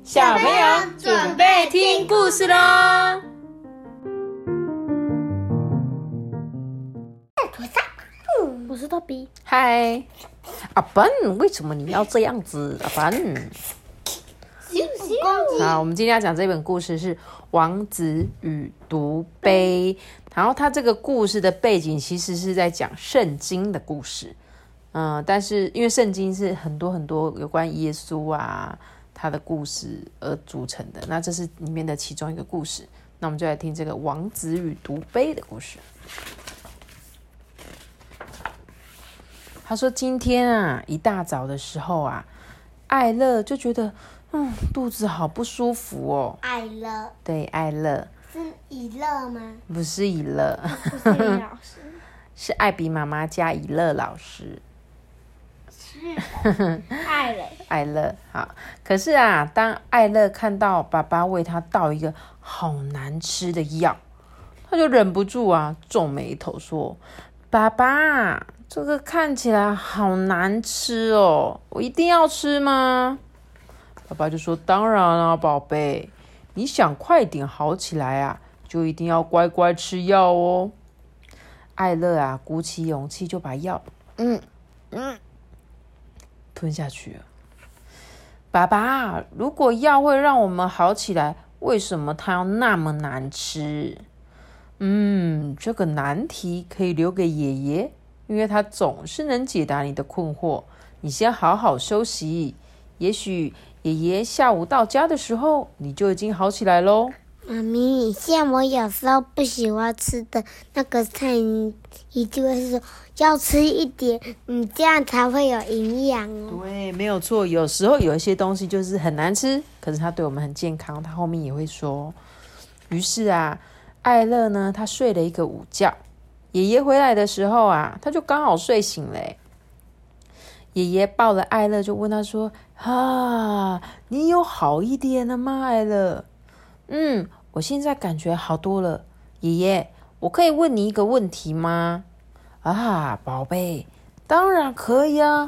小朋友准备听故事咯。 我是豆比。 嗨，阿笨，为什么你要这样子？阿笨。好，我们今天要讲这本故事是《王子与毒杯》，然后它这个故事的背景其实是在讲圣经的故事。但是因为圣经是很多很多有关耶稣啊他的故事而组成的，那这是里面的其中一个故事。那我们就来听这个王子与毒杯的故事。他说今天啊一大早的时候啊，艾乐就觉得肚子好不舒服哦。 艾乐， 对，艾乐是以乐吗？ 不是以乐， 不是李老师， 是艾比妈妈加以乐老师。艾乐好，可是啊，当艾乐看到爸爸为他倒一个好难吃的药，他就忍不住啊皱眉头说：“爸爸，这个看起来好难吃哦，我一定要吃吗？”爸爸就说：“当然啊，宝贝，你想快点好起来啊，就一定要乖乖吃药哦。”艾乐啊，鼓起勇气就把药吞下去了。爸爸，如果药会让我们好起来，为什么它要那么难吃？这个难题可以留给爷爷，因为他总是能解答你的困惑。你先好好休息，也许爷爷下午到家的时候，你就已经好起来咯。 妈咪，像我有时候不喜欢吃的那个菜，你一定会说要吃一点，你这样才会有营养哦。 对，没有错。有时候有一些东西就是很难吃，可是它对我们很健康，他后面也会说。于是啊，艾乐呢，他睡了一个午觉。爷爷回来的时候啊，他就刚好睡醒了。爷爷抱了艾乐，就问他说：“你有好一点了吗，艾乐？”我现在感觉好多了。爷爷，我可以问你一个问题吗？宝贝，当然可以啊。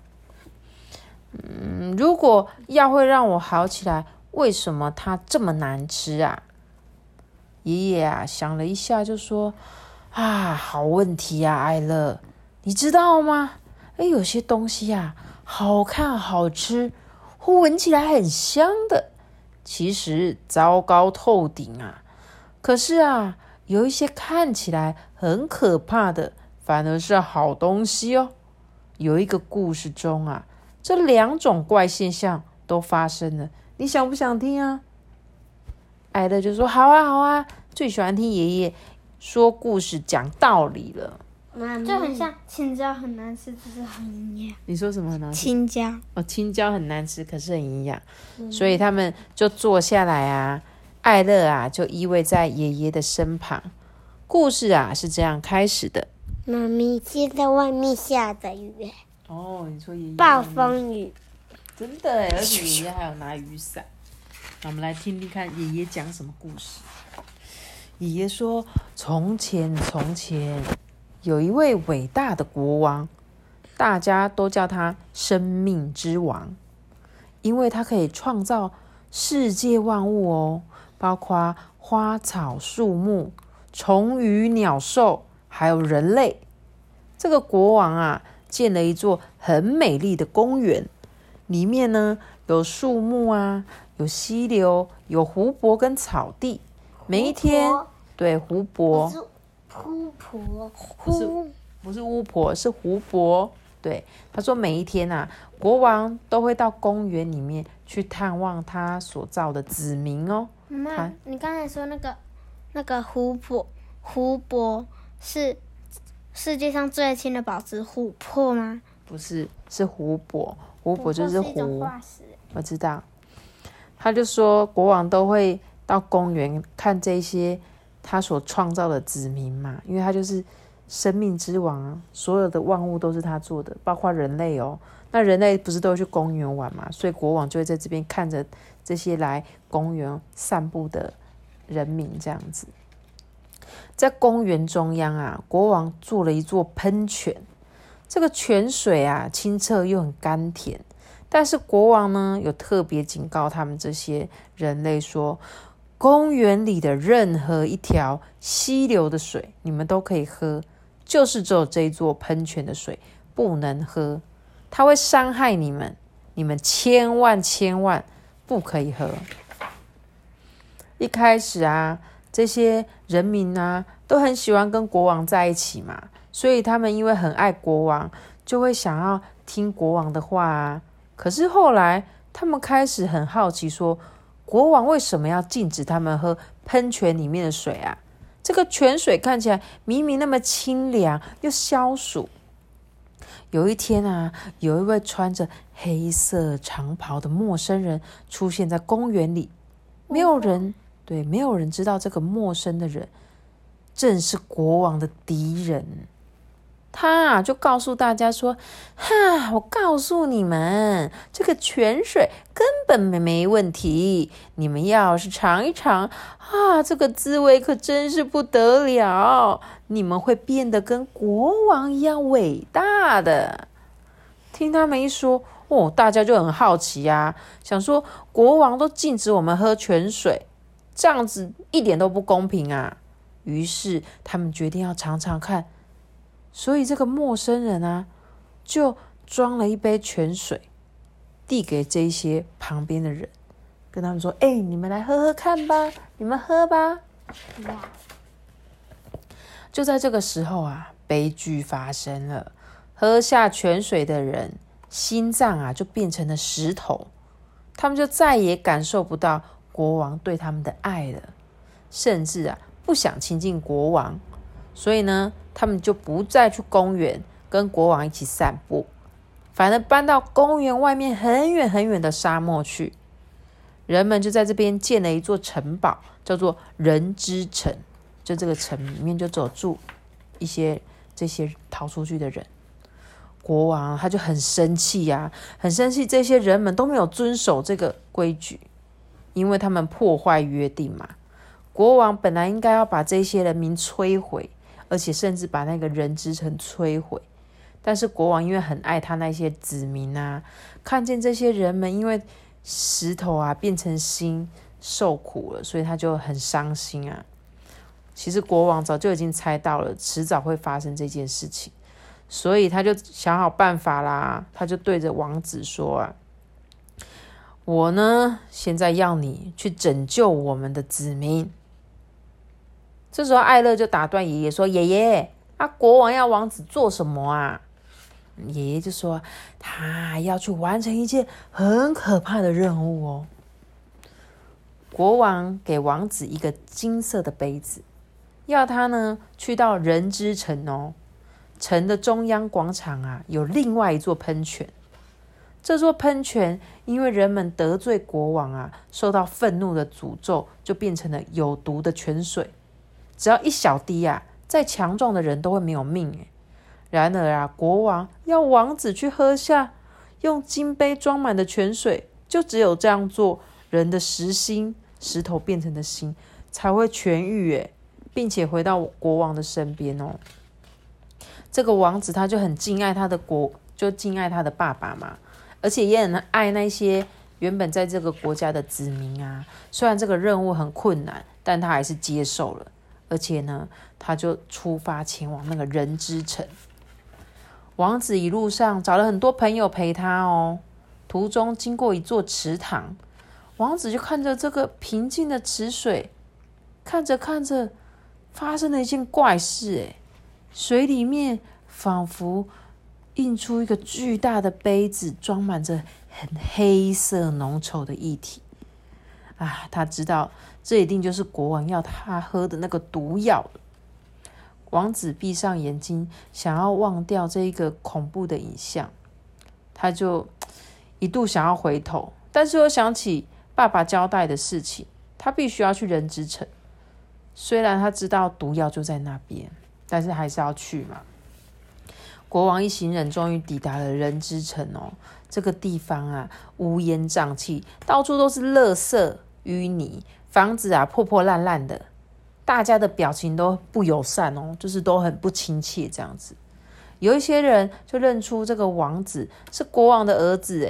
如果药会让我好起来，为什么它这么难吃啊？爷爷啊想了一下就说：好问题啊，艾乐，你知道吗？有些东西啊，好看好吃，闻起来很香的，其实糟糕透顶啊。可是啊，有一些看起来很可怕的，反而是好东西哦。有一个故事中啊，这两种怪现象都发生了，你想不想听啊？艾乐就说：好啊，最喜欢听爷爷说故事讲道理了。 就很像青椒很难吃，只是很营养。 你说什么很难吃？ 青椒青椒很难吃，可是很营养。所以他们就坐下来啊，艾乐啊就依偎在爷爷的身旁。故事啊是这样开始的。 妈咪，现在外面下着雨。 你说爷爷暴风雨， 真的耶，而且爷爷还有拿雨伞。那我们来听听看爷爷讲什么故事。爷爷说：从前有一位伟大的国王，大家都叫他生命之王，因为他可以创造世界万物哦，包括花草树木、虫鱼鸟兽，还有人类。这个国王啊，建了一座很美丽的公园，里面呢有树木啊，有溪流，有湖泊跟草地。每一天，对，湖泊。不是巫婆，是湖泊。对，他说每一天啊，国王都会到公园里面去探望他所造的子民哦。 妈妈，你刚才说那个湖泊是世界上最轻的宝石琥珀吗？ 不是，是湖泊。湖泊就是湖。 是一种化石。 我知道。他就说国王都会到公园看这些他所创造的子民嘛，因为他就是生命之王啊，所有的万物都是他做的，包括人类哦。那人类不是都会去公园玩嘛，所以国王就会在这边看着这些来公园散步的人民这样子。在公园中央啊，国王做了一座喷泉，这个泉水啊清澈又很甘甜， 但是国王呢，有特别警告他们这些人类说，公园里的任何一条溪流的水，你们都可以喝，就是只有这一座喷泉的水不能喝，它会伤害你们，你们千万不可以喝。一开始啊，这些人民啊，都很喜欢跟国王在一起嘛，所以他们因为很爱国王，就会想要听国王的话啊。可是后来，他们开始很好奇说，国王为什么要禁止他们喝喷泉里面的水啊？这个泉水看起来明明那么清凉又消暑。有一天啊，有一位穿着黑色长袍的陌生人出现在公园里，没有人知道这个陌生的人正是国王的敌人。他就告诉大家说，我告诉你们，这个泉水根本没问题，你们要是尝一尝这个滋味可真是不得了，你们会变得跟国王一样伟大的。听他们一说，大家就很好奇啊，想说国王都禁止我们喝泉水，这样子一点都不公平啊。于是他们决定要尝尝看，所以这个陌生人啊，就装了一杯泉水，递给这些旁边的人，跟他们说：“你们来喝喝看吧，你们喝吧。”就在这个时候啊，悲剧发生了。喝下泉水的人，心脏啊就变成了石头，他们就再也感受不到国王对他们的爱了，甚至啊不想亲近国王。所以呢，他们就不再去公园跟国王一起散步，反而搬到公园外面很远很远的沙漠去。人们就在这边建了一座城堡，叫做人之城。就这个城里面就只有住这些逃出去的人。国王他就很生气啊，很生气这些人们都没有遵守这个规矩，因为他们破坏约定嘛。国王本来应该要把这些人民摧毁，而且甚至把那个人之城摧毁。但是国王因为很爱他那些子民啊，看见这些人们因为石头啊变成心受苦了，所以他就很伤心啊。其实国王早就已经猜到了，迟早会发生这件事情，所以他就想好办法啦。他就对着王子说我呢，现在要你去拯救我们的子民。这时候艾乐就打断爷爷说，爷爷，国王要王子做什么啊？爷爷就说，他要去完成一件很可怕的任务哦。国王给王子一个金色的杯子，要他呢去到人之城哦。城的中央广场啊，有另外一座喷泉。这座喷泉因为人们得罪国王啊，受到愤怒的诅咒，就变成了有毒的泉水。只要一小滴啊，再强壮的人都会没有命。然而啊，国王要王子去喝下用金杯装满的泉水，就只有这样做，人的石头变成的心才会痊愈，并且回到国王的身边哦。这个王子他就很敬爱他的爸爸嘛，而且也很爱那些原本在这个国家的子民啊。虽然这个任务很困难，但他还是接受了。而且呢，他就出发前往那个人之城。王子一路上找了很多朋友陪他哦。途中经过一座池塘，王子就看着这个平静的池水，看着看着，发生了一件怪事。水里面仿佛映出一个巨大的杯子，装满着很黑色浓稠的液体。他知道这一定就是国王要他喝的那个毒药了。王子闭上眼睛，想要忘掉这一个恐怖的影像。他就一度想要回头，但是又想起爸爸交代的事情，他必须要去人之城。虽然他知道毒药就在那边，但是还是要去嘛。国王一行人终于抵达了人之城哦。这个地方啊，乌烟瘴气，到处都是垃圾淤泥，房子啊破破烂烂的，大家的表情都不友善哦，就是都很不亲切这样子。有一些人就认出这个王子是国王的儿子，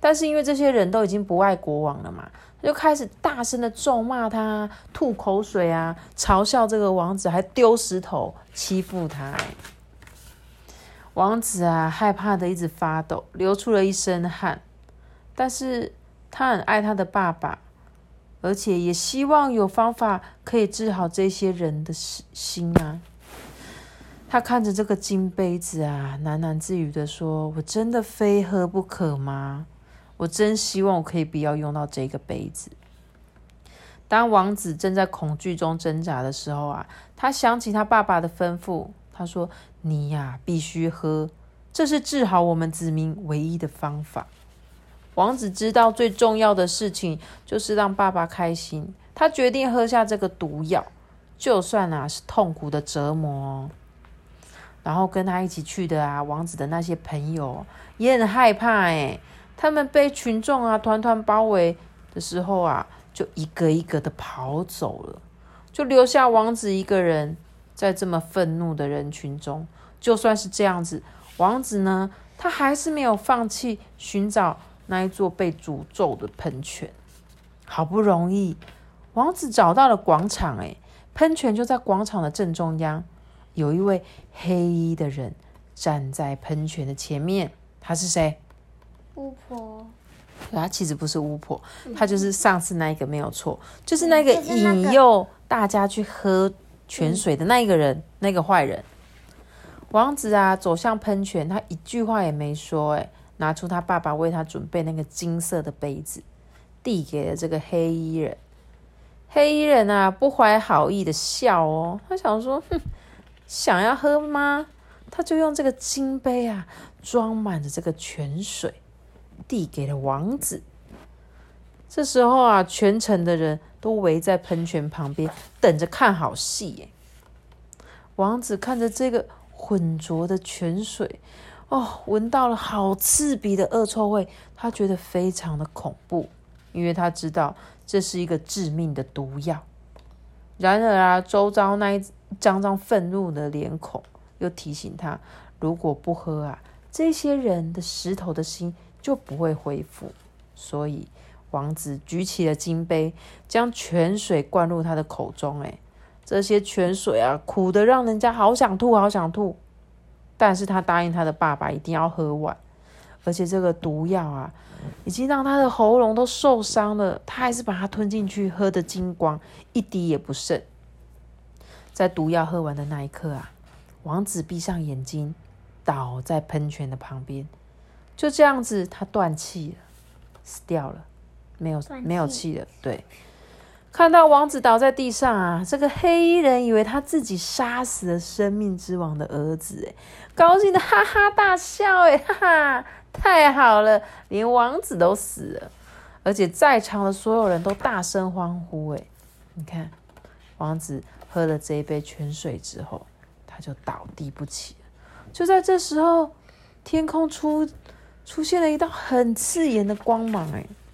但是因为这些人都已经不爱国王了嘛，他就开始大声的咒骂他，吐口水啊，嘲笑这个王子，还丢石头欺负他。王子啊，害怕的一直发抖，流出了一身汗。但是他很爱他的爸爸，而且也希望有方法可以治好这些人的心啊。他看着这个金杯子啊，喃喃自语的说：“我真的非喝不可吗？我真希望我可以不要用到这个杯子。”当王子正在恐惧中挣扎的时候啊，他想起他爸爸的吩咐，他说：“你呀，必须喝，这是治好我们子民唯一的方法。”王子知道最重要的事情就是让爸爸开心，他决定喝下这个毒药，就算是痛苦的折磨哦。然后跟他一起去的王子的那些朋友也很害怕他们被群众团团包围的时候就一个一个的跑走了，就留下王子一个人在这么愤怒的人群中。就算是这样子，王子呢，他还是没有放弃寻找那一座被诅咒的喷泉。好不容易，王子找到了广场喷泉就在广场的正中央。有一位黑衣的人站在喷泉的前面，他是谁？ 巫婆。 他其实不是巫婆，他就是上次那一个没有错，就是那个引诱大家去喝泉水的那一个人，那个坏人。王子走向喷泉，他一句话也没说拿出他爸爸为他准备那个金色的杯子，递给了这个黑衣人。黑衣人不怀好意的笑他想说想要喝吗？他就用这个金杯装满着这个泉水，递给了王子。这时候全城的人都围在喷泉旁边，等着看好戏王子看着这个浑浊的泉水，闻到了好刺鼻的恶臭味，他觉得非常的恐怖，因为他知道这是一个致命的毒药。然而周遭那一张张愤怒的脸孔又提醒他，如果不喝这些人的石头的心就不会恢复。所以王子举起了金杯，将泉水灌入他的口中这些泉水苦得让人家好想吐好想吐。但是他答应他的爸爸一定要喝完，而且这个毒药已经让他的喉咙都受伤了，他还是把它吞进去，喝得精光，一滴也不剩。在毒药喝完的那一刻王子闭上眼睛，倒在喷泉的旁边。就这样子，他断气了，死掉了，没有气了。对，看到王子倒在地上这个黑衣人以为他自己杀死了生命之王的儿子高兴的哈哈大笑哈哈，太好了，连王子都死了，而且在场的所有人都大声欢呼你看，王子喝了这一杯泉水之后，他就倒地不起了。就在这时候，天空出现了一道很刺眼的光芒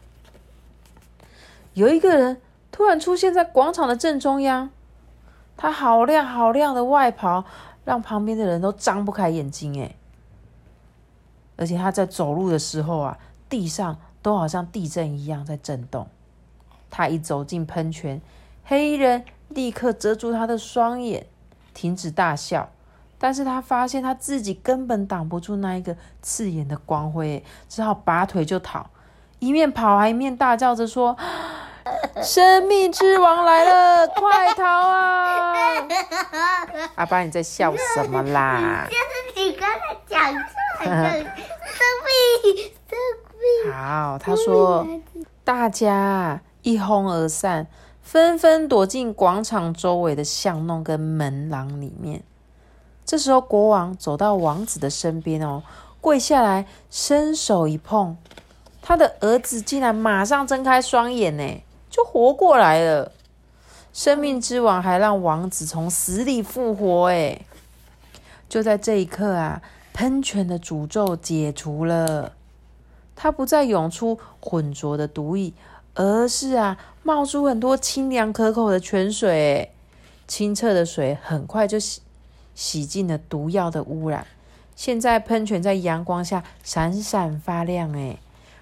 有一个人突然出现在广场的正中央，他好亮好亮的外袍让旁边的人都张不开眼睛而且他在走路的时候地上都好像地震一样在震动。他一走进喷泉，黑衣人立刻遮住他的双眼，停止大笑。但是他发现他自己根本挡不住那一个刺眼的光辉只好拔腿就逃，一面跑还一面大叫着说：“生命之王来了，快逃啊！”阿爸，你在笑什么啦？ 就是你刚才讲出来的生命。 好，他说大家一哄而散，纷纷躲进广场周围的巷弄跟门廊里面。这时候国王走到王子的身边跪下来伸手一碰，他的儿子竟然马上睁开双眼就活过来了。生命之王还让王子从死里复活就在这一刻喷泉的诅咒解除了，它不再涌出浑浊的毒液，而是冒出很多清凉可口的泉水清澈的水很快就洗净了毒药的污染。现在喷泉在阳光下闪闪发亮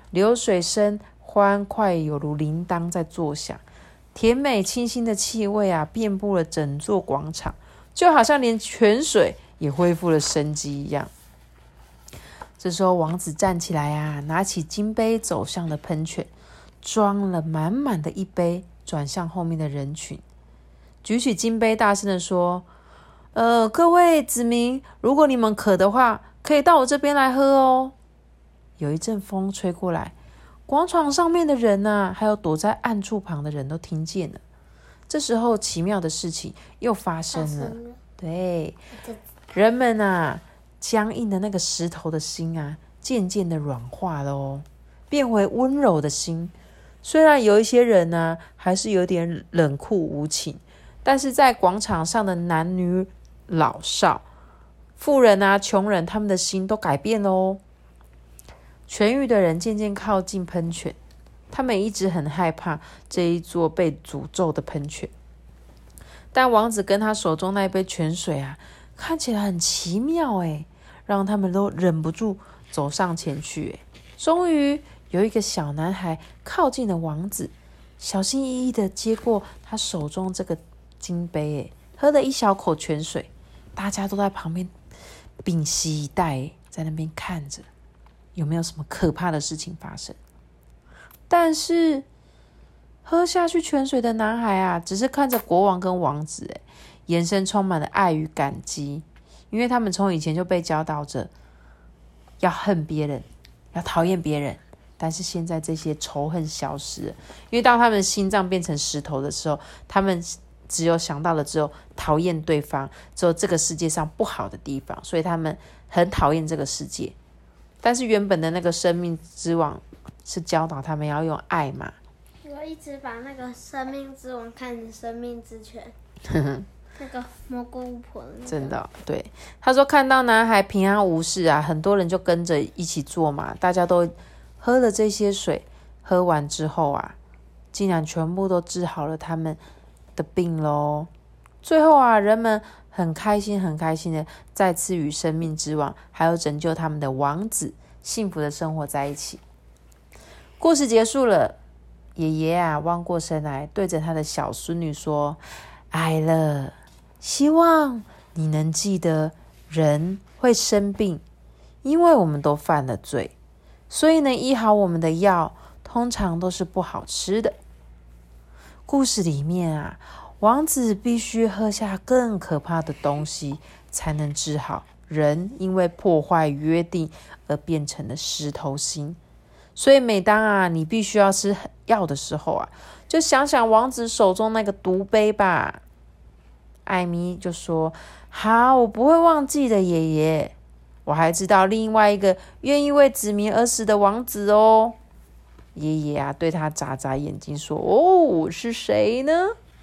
流水声欢快有如铃铛在作响，甜美清新的气味啊，遍布了整座广场，就好像连泉水也恢复了生机一样。这时候王子站起来啊，拿起金杯走向了喷泉，装了满满的一杯，转向后面的人群，举起金杯大声地说，各位子民，如果你们渴的话，可以到我这边来喝哦。有一阵风吹过来，广场上面的人啊，还有躲在暗处旁的人都听见了。这时候奇妙的事情又发生了。对，人们啊，僵硬的那个石头的心啊，渐渐的软化了哦，变回温柔的心。虽然有一些人呢，还是有点冷酷无情，但是在广场上的男女老少、富人啊、穷人，他们的心都改变了哦。痊愈的人渐渐靠近喷泉，他们一直很害怕这一座被诅咒的喷泉。但王子跟他手中那一杯泉水啊，看起来很奇妙诶，让他们都忍不住走上前去诶。终于有一个小男孩靠近了王子，小心翼翼的接过他手中这个金杯诶，喝了一小口泉水。大家都在旁边屏息以待，在那边看着有没有什么可怕的事情发生。但是喝下去泉水的男孩啊，只是看着国王跟王子，眼神充满了爱与感激，因为他们从以前就被教导着要恨别人，要讨厌别人。但是现在这些仇恨消失了，因为当他们心脏变成石头的时候，他们只有想到了只有讨厌对方，只有这个世界上不好的地方，所以他们很讨厌这个世界。但是原本的那个生命之王是教导他们要用爱嘛。 我一直把那个生命之王看成生命之泉，那个蘑菇巫婆的那个。 真的，对。他说看到男孩平安无事啊，很多人就跟着一起做嘛，大家都喝了这些水，喝完之后啊，竟然全部都治好了他们的病咯。最后啊，人们很开心的再次与生命之王还有拯救他们的王子幸福的生活在一起。故事结束了，爷爷啊弯过身来，对着他的小孙女说，艾乐，希望你能记得人会生病，因为我们都犯了罪，所以能医好我们的药通常都是不好吃的。故事里面啊，王子必须喝下更可怕的东西才能治好人因为破坏约定而变成了石头心。所以每当啊你必须要吃药的时候啊，就想想王子手中那个毒杯吧。艾米就说，好，我不会忘记的，爷爷。我还知道另外一个愿意为子民而死的王子哦。爷爷啊对他眨眨眼睛说，哦，是谁呢？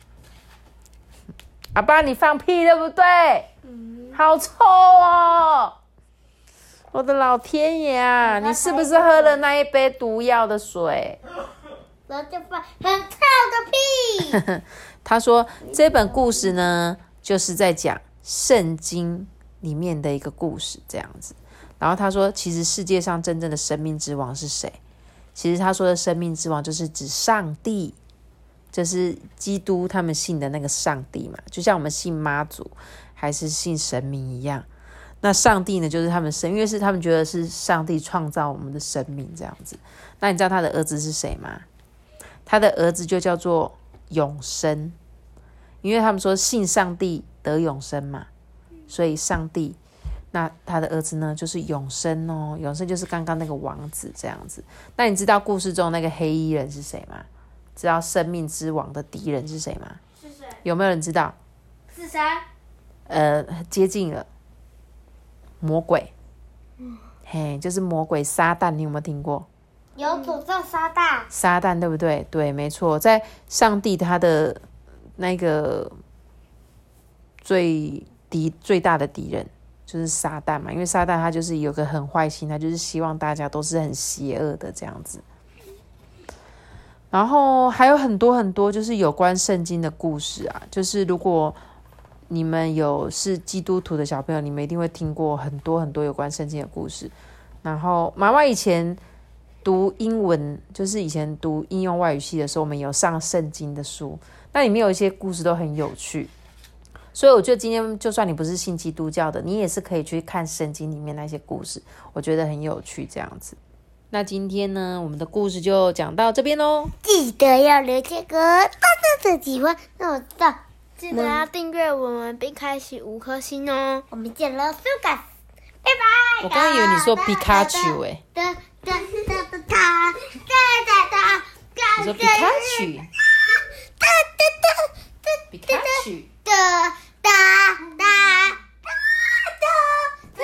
阿爸，你放屁对不对？好臭哦！我的老天爷啊！你是不是喝了那一杯毒药的水？ 然后就放很臭的屁。 他说这本故事呢，就是在讲圣经里面的一个故事这样子。然后他说，其实世界上真正的生命之王是谁？其实他说的生命之王就是指上帝，就是基督他们信的那个上帝嘛，就像我们信妈祖还是信神明一样。那上帝呢，就是他们因为是他们觉得是上帝创造我们的生命这样子。那你知道他的儿子是谁吗？他的儿子就叫做永生，因为他们说信上帝得永生嘛，所以上帝，那他的儿子呢就是永生哦，永生就是刚刚那个王子这样子。那你知道故事中那个黑衣人是谁吗？知道生命之王的敌人是谁吗？ 是谁？ 有没有人知道？ 是谁？ 接近了，魔鬼。嘿，就是魔鬼撒旦，你有没有听过？ 有诅咒撒旦， 撒旦对不对？对，没错，在上帝他的那个最大的敌人就是撒旦嘛，因为撒旦他就是有个很坏心，他就是希望大家都是很邪恶的这样子。然后还有很多很多就是有关圣经的故事啊，就是如果你们是基督徒的小朋友，你们一定会听过很多很多有关圣经的故事。然后妈妈以前读英文，就是以前读应用外语系的时候，我们有上圣经的书，那里面有一些故事都很有趣。所以我觉得今天就算你不是信基督教的，你也是可以去看圣经里面那些故事，我觉得很有趣这样子。那今天呢，我们的故事就讲到这边咯， 记得要留下个大大的喜欢，让我知道。 记得要订阅我们并开启5颗星哦。 我们见了，苏格，拜拜。 我刚刚以为你说皮卡丘哒哒哒哒哒哒哒哒哒。 你说皮卡丘。